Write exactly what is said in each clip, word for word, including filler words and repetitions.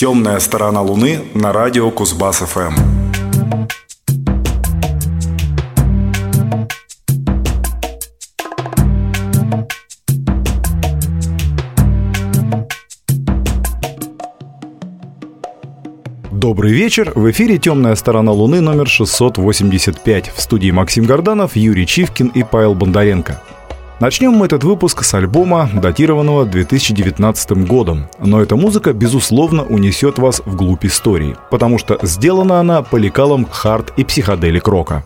Темная сторона Луны на радио Кузбасс-ФМ. Добрый вечер. В эфире «Темная сторона Луны» номер шестьсот восемьдесят пять. В студии Максим Горданов, Юрий Чивкин и Павел Бондаренко. Начнем мы этот выпуск с альбома, датированного две тысячи девятнадцатым годом. Но эта музыка, безусловно, унесет вас вглубь истории, потому что сделана она по лекалам хард и психоделик рока.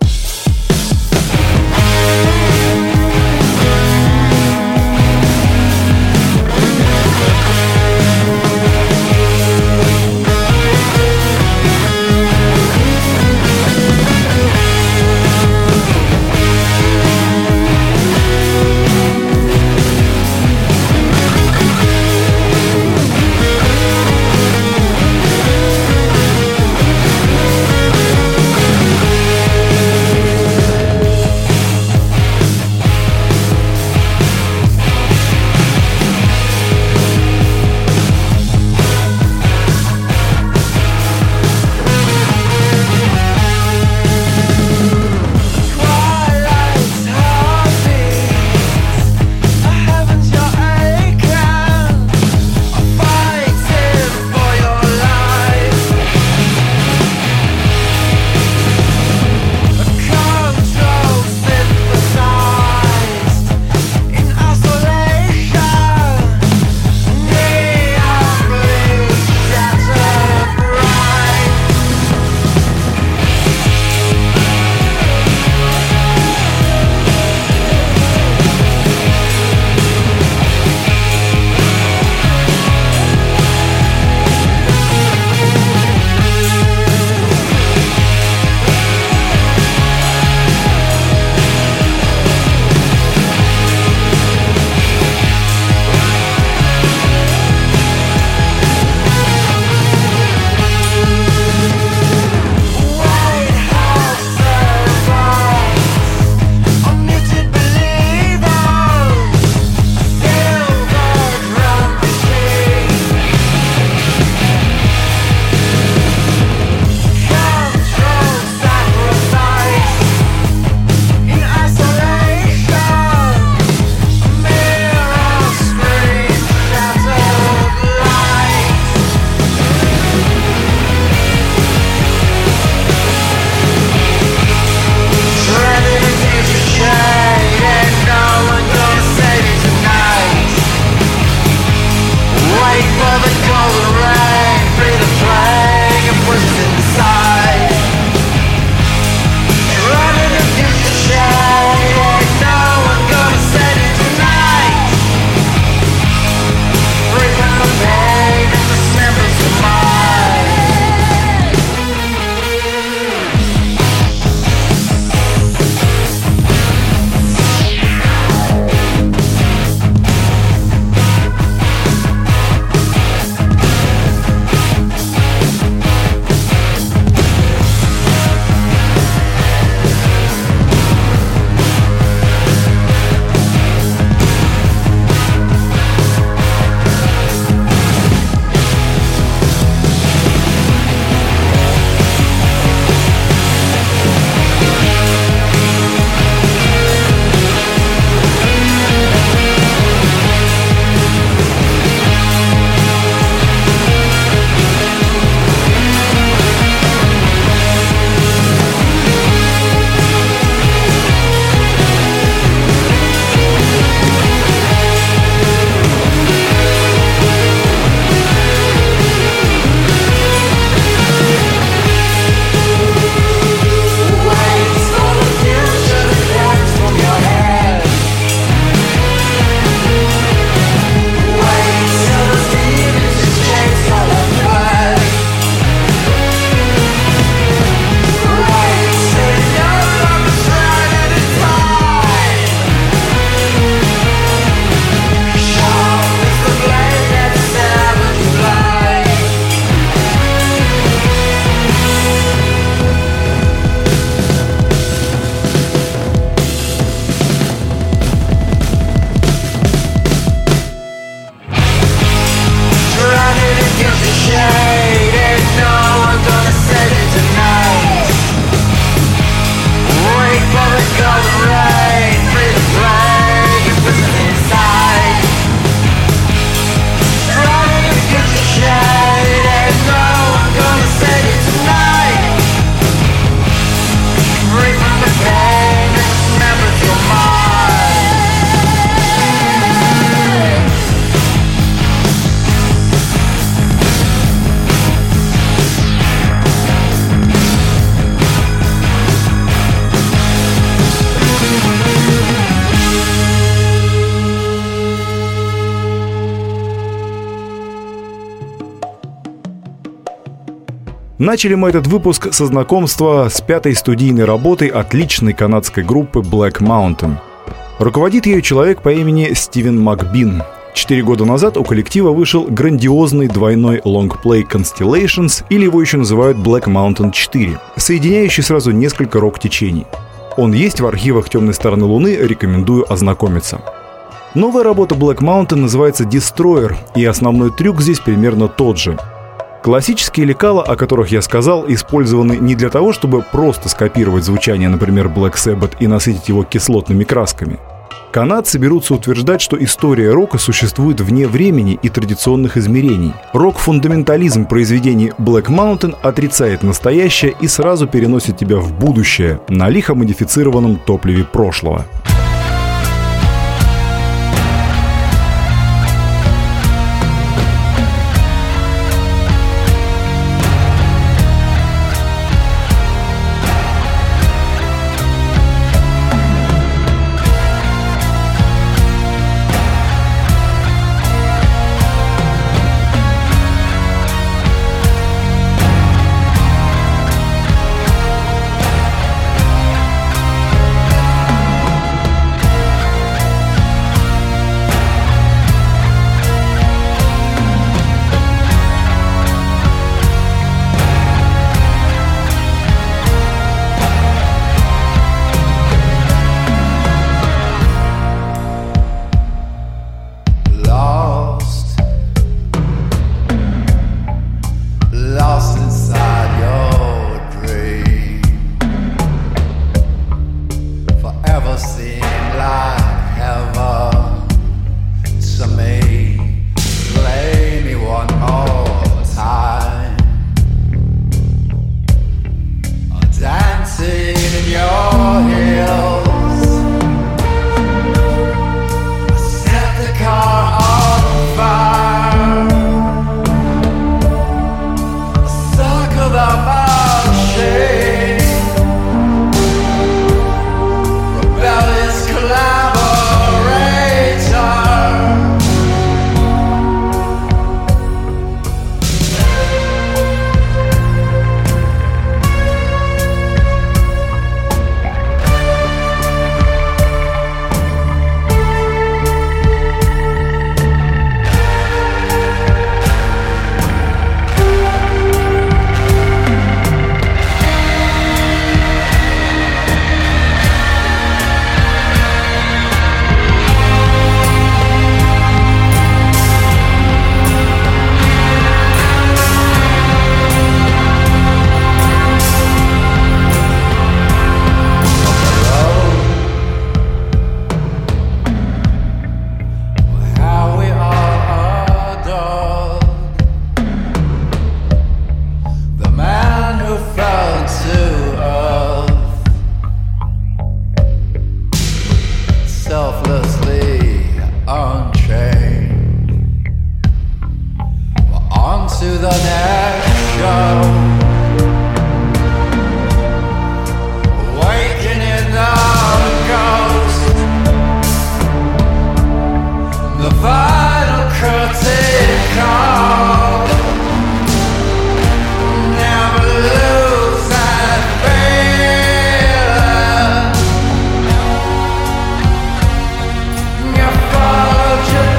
Начали мы этот выпуск со знакомства с пятой студийной работой отличной канадской группы Black Mountain. Руководит ею человек по имени Стивен Макбин. Четыре года назад у коллектива вышел грандиозный двойной лонгплей Constellations, или его еще называют Black Mountain четыре, соединяющий сразу несколько рок-течений. Он есть в архивах «Темной стороны Луны», рекомендую ознакомиться. Новая работа Black Mountain называется Destroyer, и основной трюк здесь примерно тот же. Классические лекала, о которых я сказал, использованы не для того, чтобы просто скопировать звучание, например, Black Sabbath и насытить его кислотными красками. Канадцы берутся утверждать, что история рока существует вне времени и традиционных измерений. Рок-фундаментализм произведений Black Mountain отрицает настоящее и сразу переносит тебя в будущее на лихо модифицированном топливе прошлого.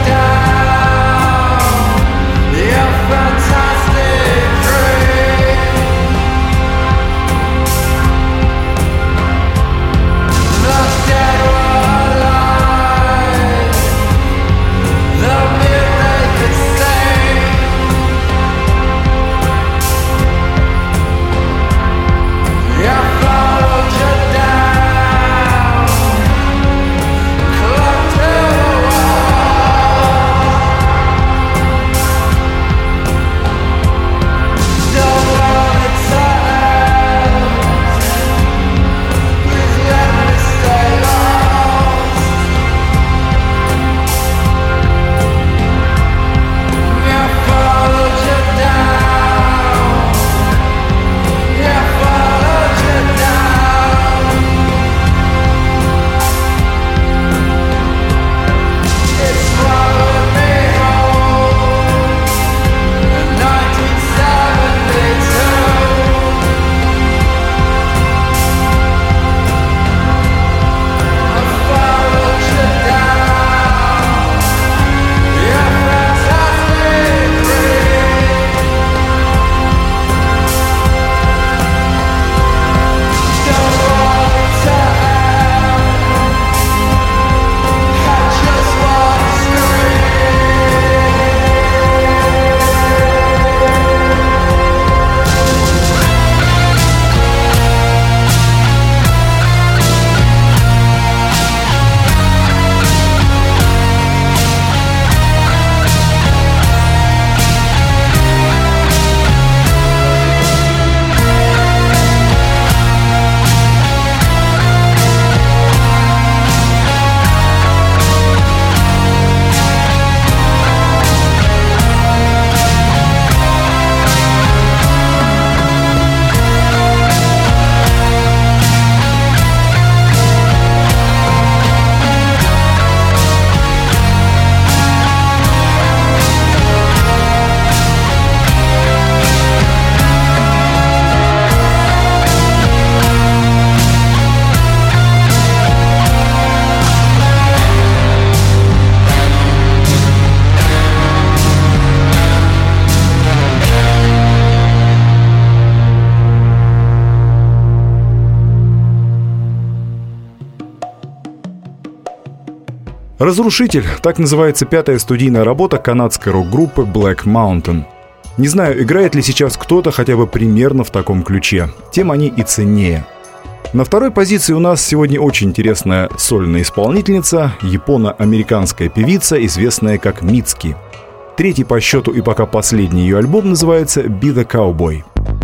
Fantastic dream. «Разрушитель» — так называется пятая студийная работа канадской рок-группы Black Mountain. Не знаю, играет ли сейчас кто-то хотя бы примерно в таком ключе, тем они и ценнее. На второй позиции у нас сегодня очень интересная сольная исполнительница, японо-американская певица, известная как Митски. Третий по счету и пока последний ее альбом называется «Be the Cowboy».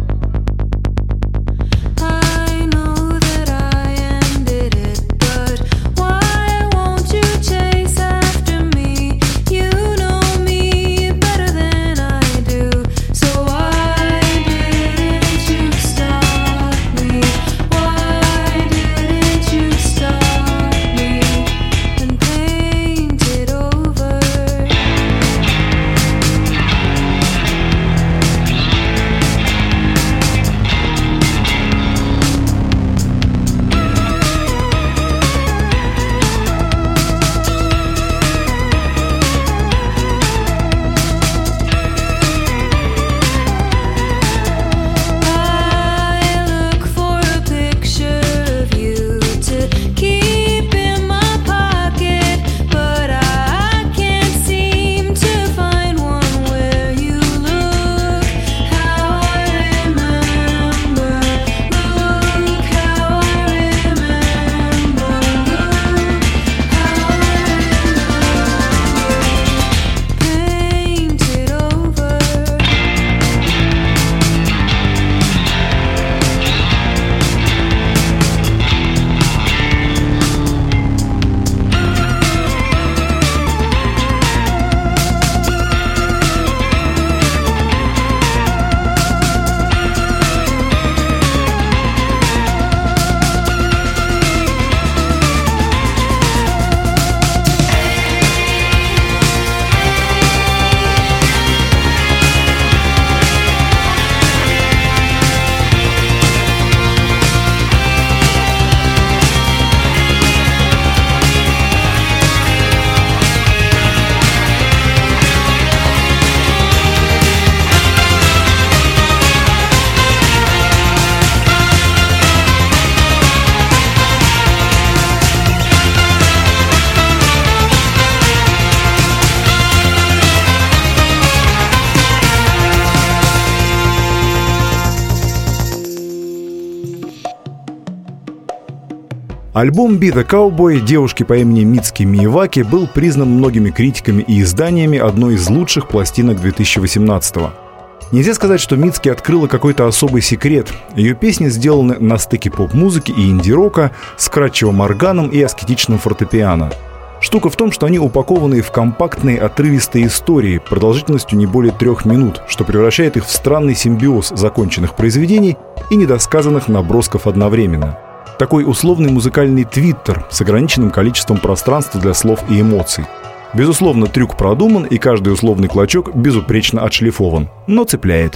Альбом «Be the Cowboy» девушки по имени Митски Миеваки был признан многими критиками и изданиями одной из лучших пластинок две тысячи восемнадцатого. Нельзя сказать, что Митски открыла какой-то особый секрет. Ее песни сделаны на стыке поп-музыки и инди-рока с кратчевым органом и аскетичным фортепиано. Штука в том, что они упакованы в компактные отрывистые истории продолжительностью не более трех минут, что превращает их в странный симбиоз законченных произведений и недосказанных набросков одновременно. Такой условный музыкальный твиттер с ограниченным количеством пространства для слов и эмоций. Безусловно, трюк продуман, и каждый условный клочок безупречно отшлифован, но цепляет.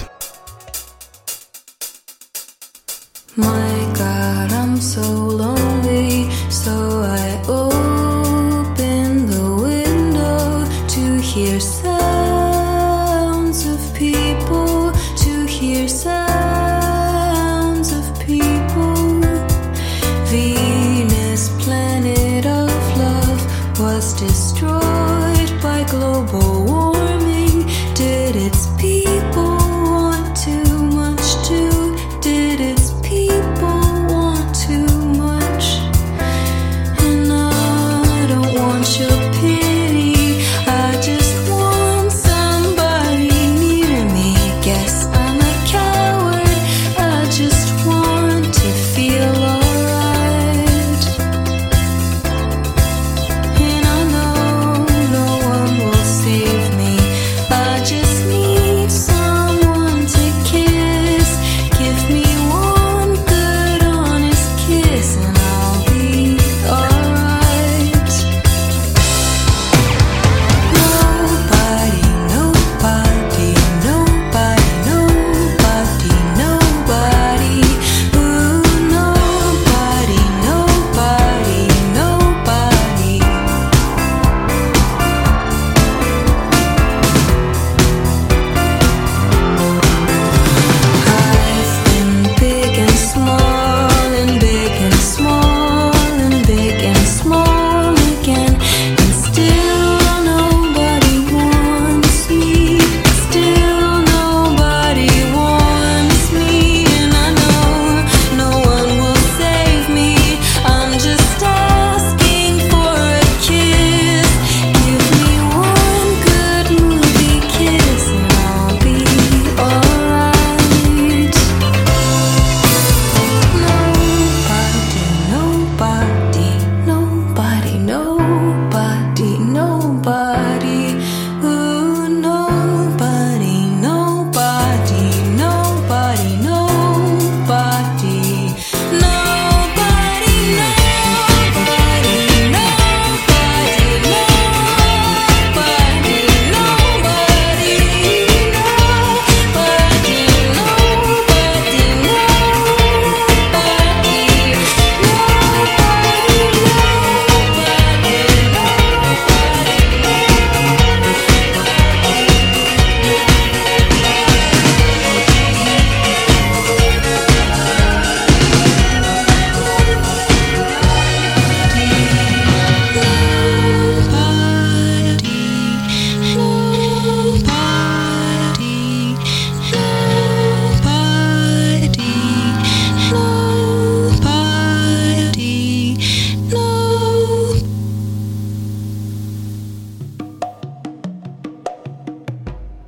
Destroyed by global warming. Did its people want too much too? Did its people want too much? And I don't want your pity, I just want somebody near me. Guess I'm a coward.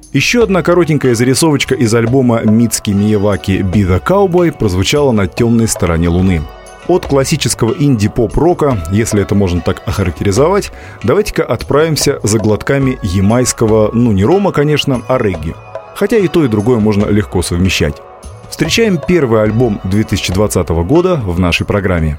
Еще одна коротенькая зарисовочка из альбома Митски Мияваки «Be the Cowboy» прозвучала на темной стороне Луны. От классического инди-поп-рока, если это можно так охарактеризовать, давайте-ка отправимся за глотками ямайского, ну не рома, конечно, а регги. Хотя и то, и другое можно легко совмещать. Встречаем первый альбом две тысячи двадцатого года в нашей программе.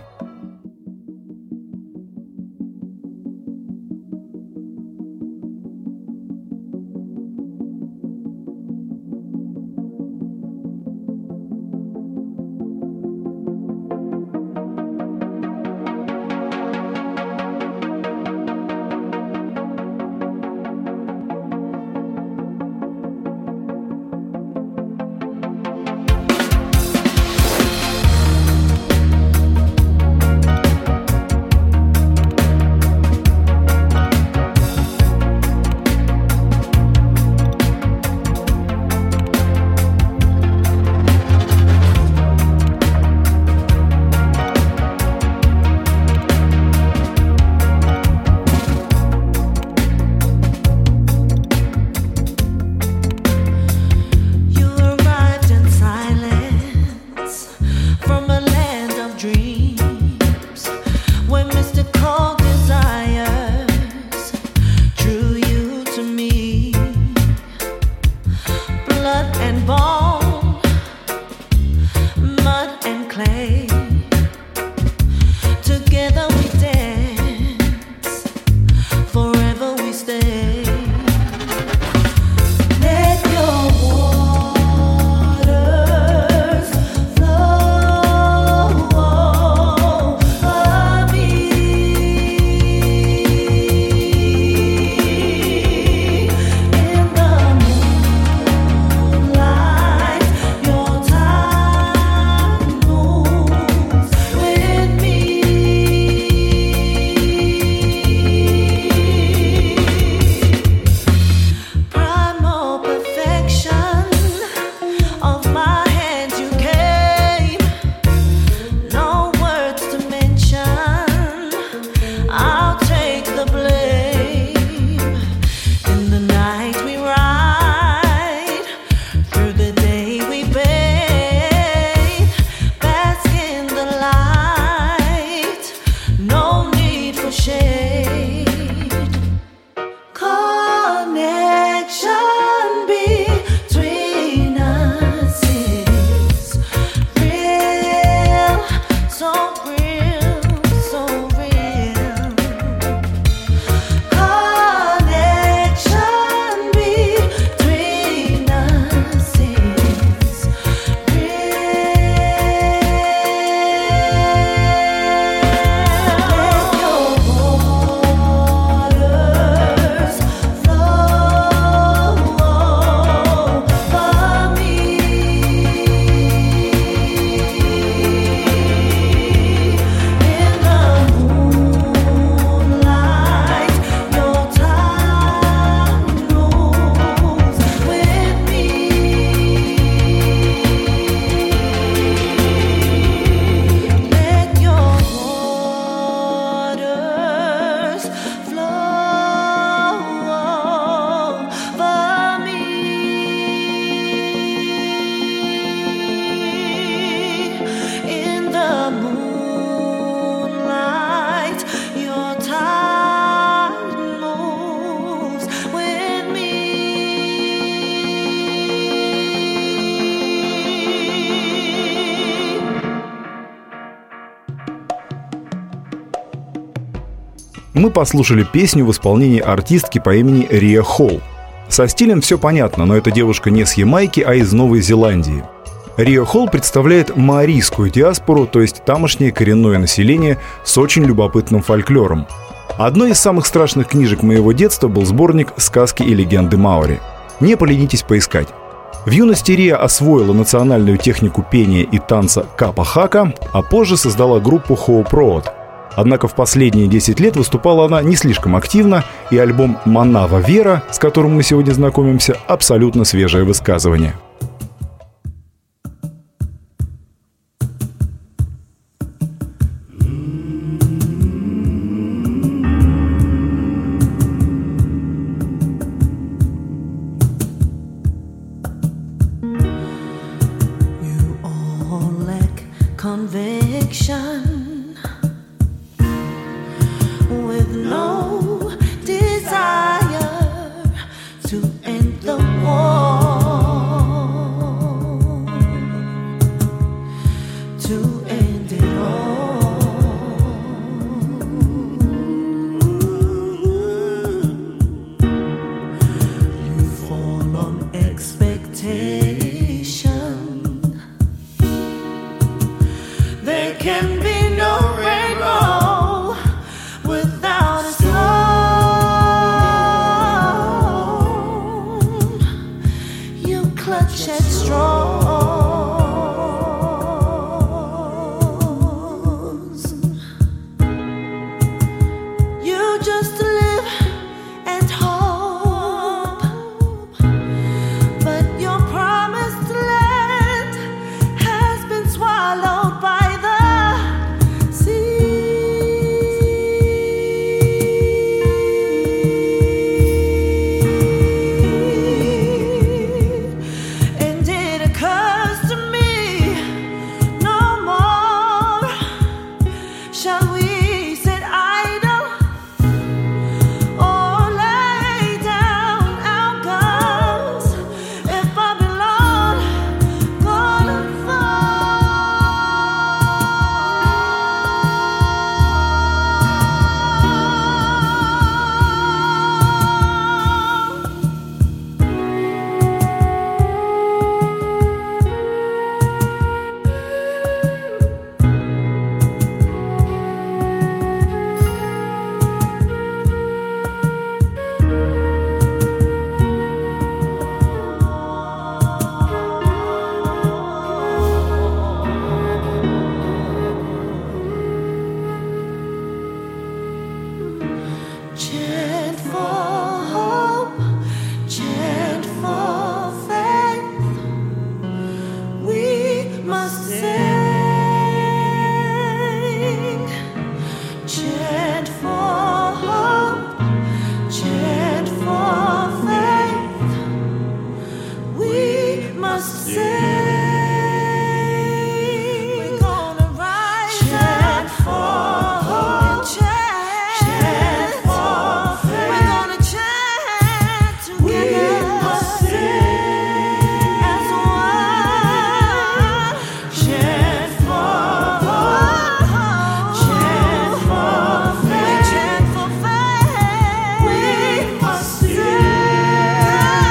Мы послушали песню в исполнении артистки по имени Риа Холл. Со стилем все понятно, но эта девушка не с Ямайки, а из Новой Зеландии. Риа Холл представляет маорийскую диаспору, то есть тамошнее коренное население с очень любопытным фольклором. Одной из самых страшных книжек моего детства был сборник «Сказки и легенды Маори». Не поленитесь поискать. В юности Риа освоила национальную технику пения и танца капа-хака, а позже создала группу Хоуп Роуд. Однако в последние десять лет выступала она не слишком активно, и альбом «Манава Вера», с которым мы сегодня знакомимся, абсолютно свежее высказывание. conviction, with no desire to end the war, to end it all. You fall on expectation. There can be no rainbow without a storm. You clutch at straws. You just live and hope, but your promised land has been swallowed by the and it occurs to me, no more shall we sit idle or lay down our guns. If Babylon gonna chant for hope, chant for faith. We must sing. Chant for hope, chant for faith. We must sing. We're gonna rise, chant for hope, chant for faith. We're gonna chant together. We must sing as one. Chant for hope, chant for faith. Chant for faith. We must sing.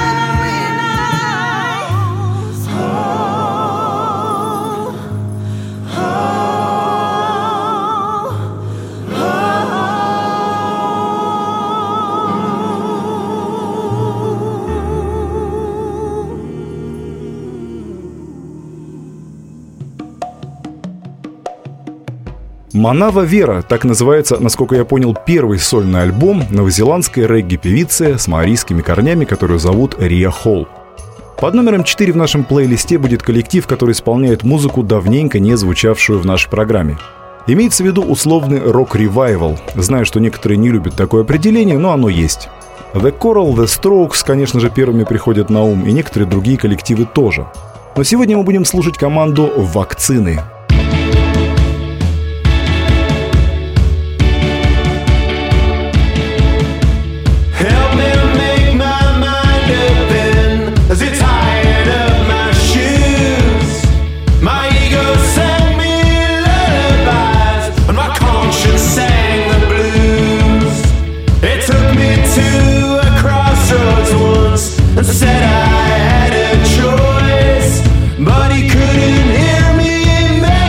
Realize, oh, oh, «Манава Вера» — так называется, насколько я понял, первый сольный альбом новозеландской регги-певицы с маорийскими корнями, которую зовут Риа Холл. Под номером четыре в нашем плейлисте будет коллектив, который исполняет музыку, давненько не звучавшую в нашей программе. Имеется в виду условный рок-ревайвал. Знаю, что некоторые не любят такое определение, но оно есть. The Coral, The Strokes, конечно же, первыми приходят на ум, и некоторые другие коллективы тоже. Но сегодня мы будем слушать команду «Вакцины». Help me make my mind up in as it's tired of my shoes. My ego sang me lullabies and my conscience sang the blues. It took me to a crossroads once and said I had a choice, but he couldn't hear me.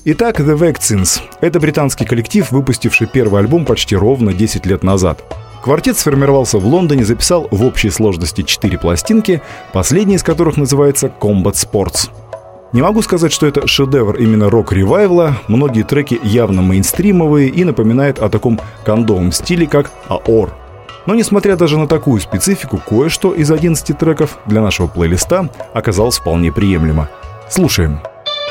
Итак, The Vaccines – это британский коллектив, выпустивший первый альбом почти ровно десять лет назад. Квартет сформировался в Лондоне, записал в общей сложности четыре пластинки, последняя из которых называется Combat Sports. Не могу сказать, что это шедевр именно рок-ревайвла, многие треки явно мейнстримовые и напоминают о таком кондовом стиле, как Аор. Но несмотря даже на такую специфику, кое-что из одиннадцати треков для нашего плейлиста оказалось вполне приемлемо. Слушаем.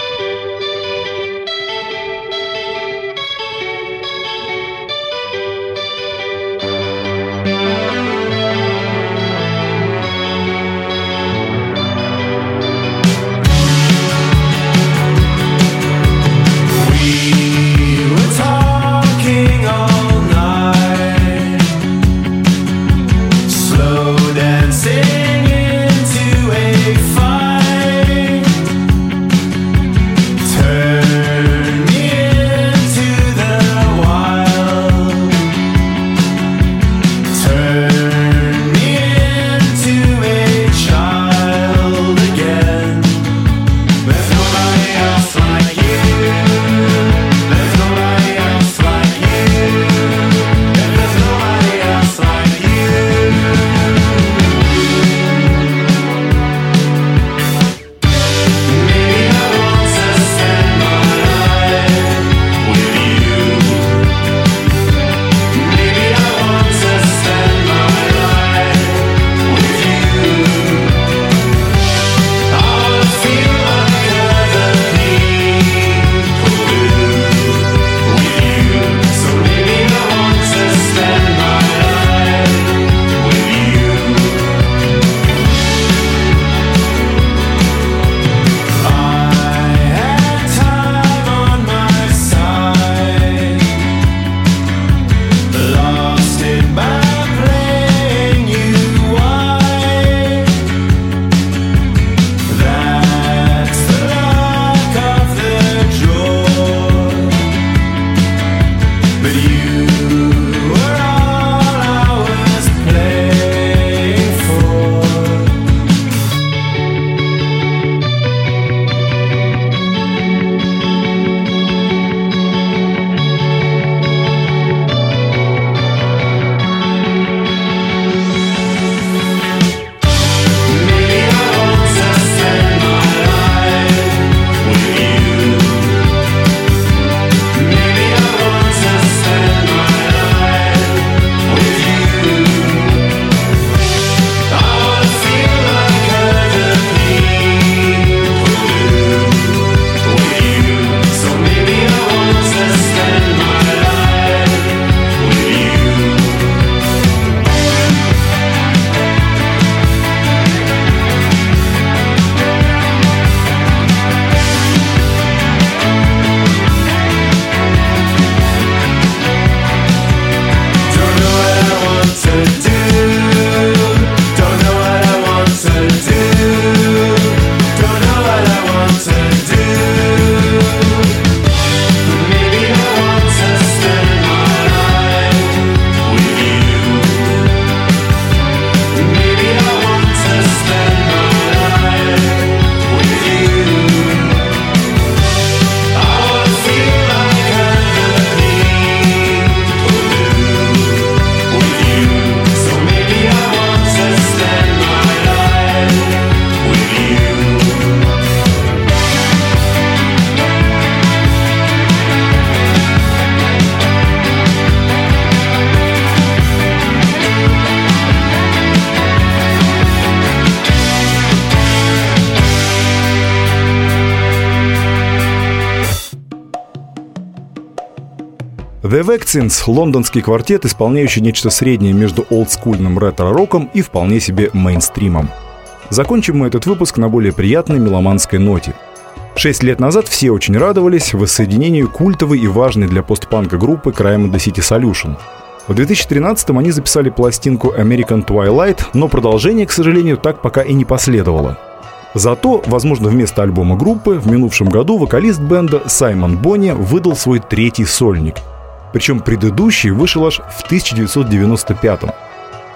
The Vaccines — лондонский квартет, исполняющий нечто среднее между олдскульным ретро-роком и вполне себе мейнстримом. Закончим мы этот выпуск на более приятной меломанской ноте. Шесть лет назад все очень радовались воссоединению культовой и важной для постпанка группы Crime in the City Solution. В две тысячи тринадцатом они записали пластинку American Twilight, но продолжение, к сожалению, так пока и не последовало. Зато, возможно, вместо альбома группы в минувшем году вокалист бенда Саймон Бонни выдал свой третий сольник. Причем предыдущий вышел аж в тысяча девятьсот девяносто пятом.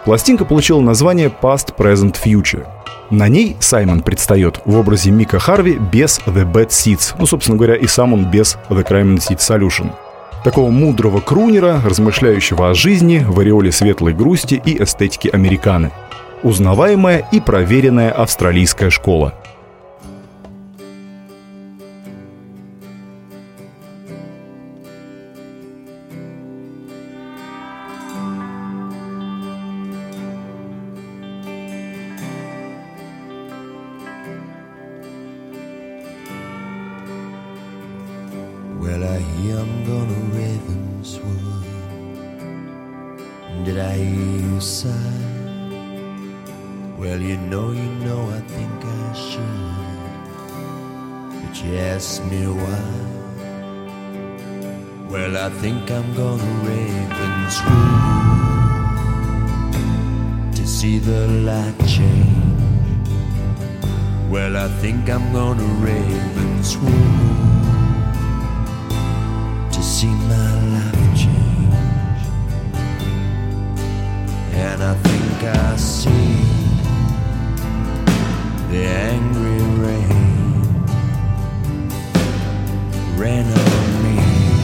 Пластинка получила название Past, Present, Future. На ней Саймон предстает в образе Мика Харви без The Bad Seeds, ну, собственно говоря, и сам он без The Crime and Seed Solution. Такого мудрого крунера, размышляющего о жизни в ореоле светлой грусти и эстетики американо. Узнаваемая и проверенная австралийская школа. Well, I hear I'm gonna Ravenswood. Did I hear you sigh? Well, you know, you know, I think I should. But you ask me why. Well, I think I'm gonna Ravenswood to see the light change. Well, I think I'm gonna Ravenswood to see my life change. And I think I see the angry rain rain on me,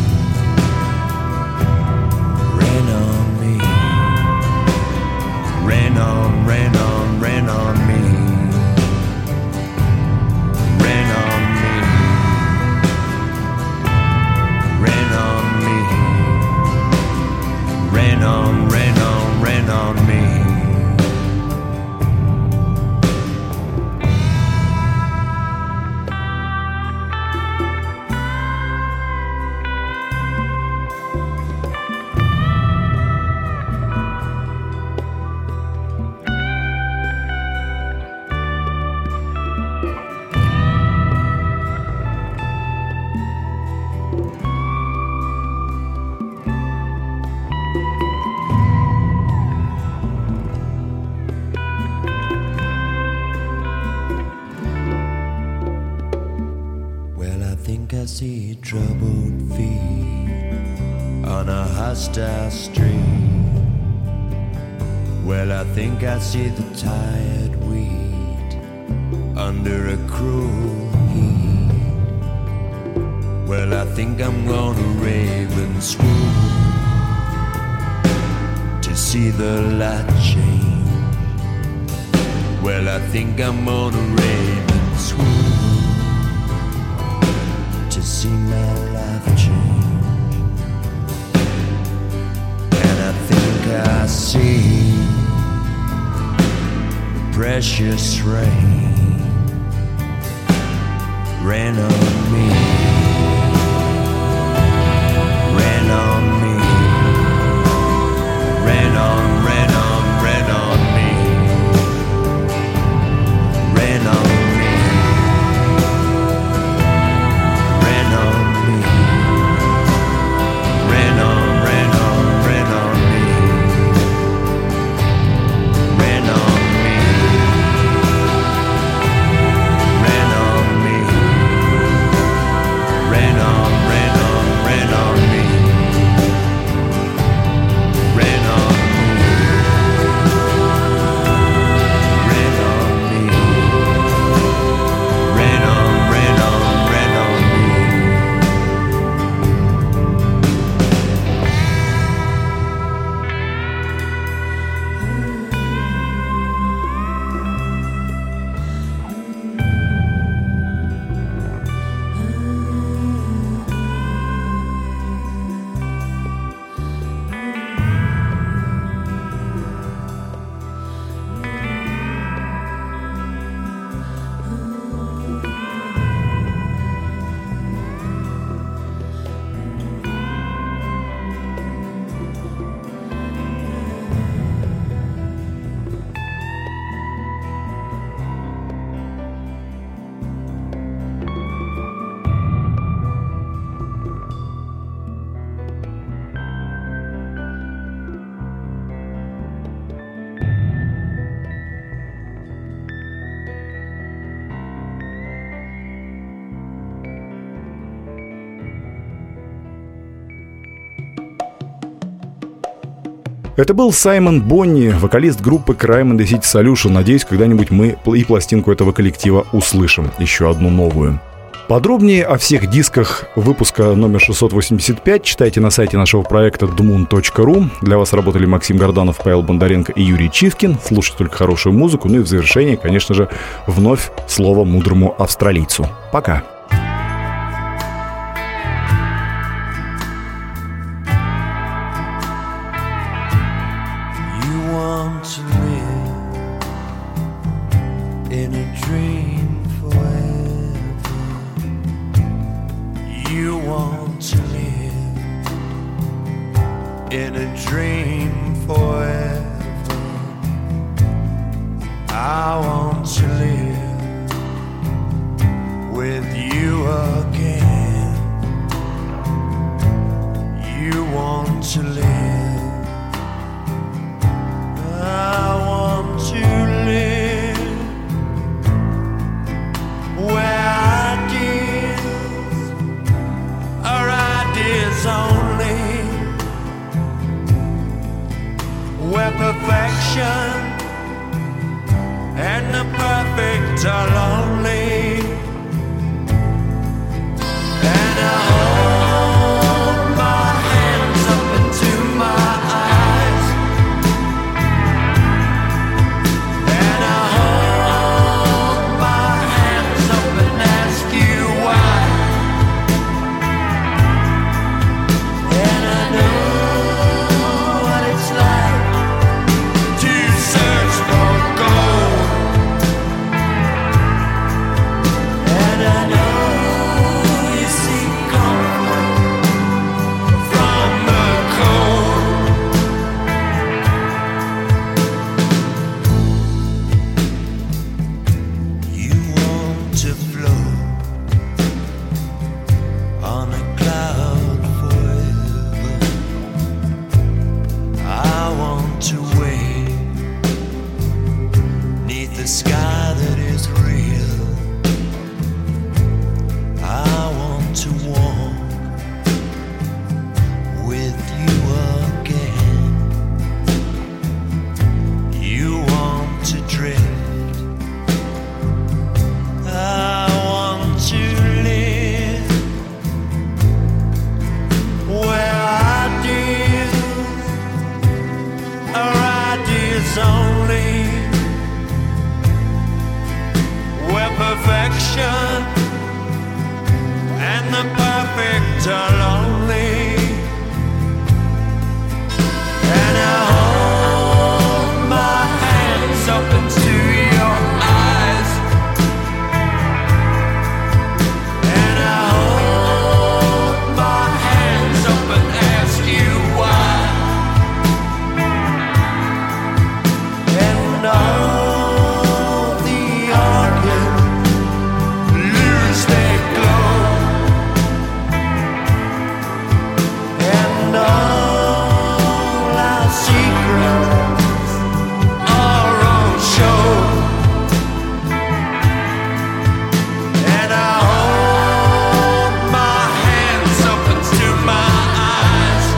rain on me, rain on, rain on, rain on me, rain on me, rain on me, rain on, rain on, rain on me. I see troubled feet on a hostile street. Well, I think I see the tired wheat under a cruel heat. Well, I think I'm gonna Ravenswood to see the light change. Well, I think I'm gonna Ravenswood to see my life change. And I think I see precious rain rain on me, rain on me, rain on, rain on, rain on me, rain on me, rain on me, rain on, rain on, rain on me, rain on me, rain on me, rain on, rain on, rain on me. Это был Саймон Бонни, вокалист группы Crime and the City Solution. Надеюсь, когда-нибудь мы и пластинку этого коллектива услышим, еще одну новую. Подробнее о всех дисках выпуска номер шестьсот восемьдесят пять читайте на сайте нашего проекта дмун точка ру. Для вас работали Максим Горданов, Павел Бондаренко и Юрий Чивкин. Слушайте только хорошую музыку. Ну и в завершение, конечно же, вновь слово мудрому австралийцу. Пока. In a dream forever, you want to live in a dream forever. I want to live with you again. You want to live. I want to live where ideas are ideas only, where perfection and the perfect are lonely. And I hold my hands up into my eyes, and I hold my hands up and ask you why. And I know what it's like to search for gold, and I know you seek comfort from the cold. You want to float on a cloud forever. I want to wait neath the sky that is real. I want to walk with you again. You want to drift. I want to live where ideas are ideas only, where perfection and the perfect are lonely. And I hold my hands up into your eyes, and I hold my hands up and ask you why. And all the arguments lose their glow, and all our secrets are on show. And I hold my hands up into my eyes,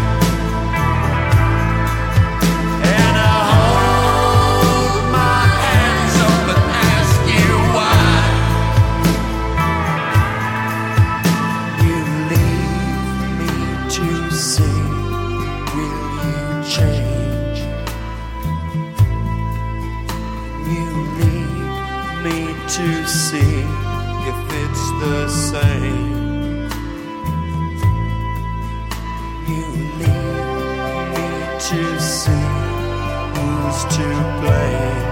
and I hold my hands up and ask you why. You leave me to see, will you change? You leave me to see if it's the same. You leave me to see who's to blame.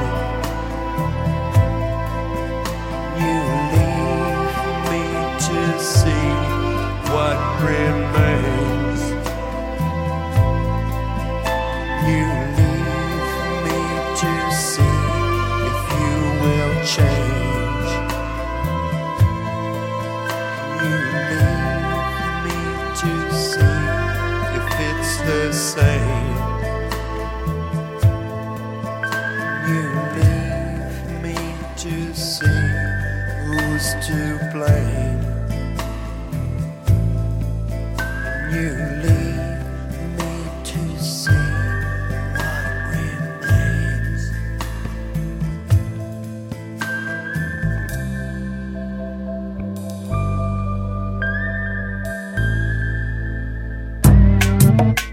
You leave me to see what remains. You leave me to see if you will change. You leave me to see if it's the same. You leave me to see who's to blame. You leave me to see Thank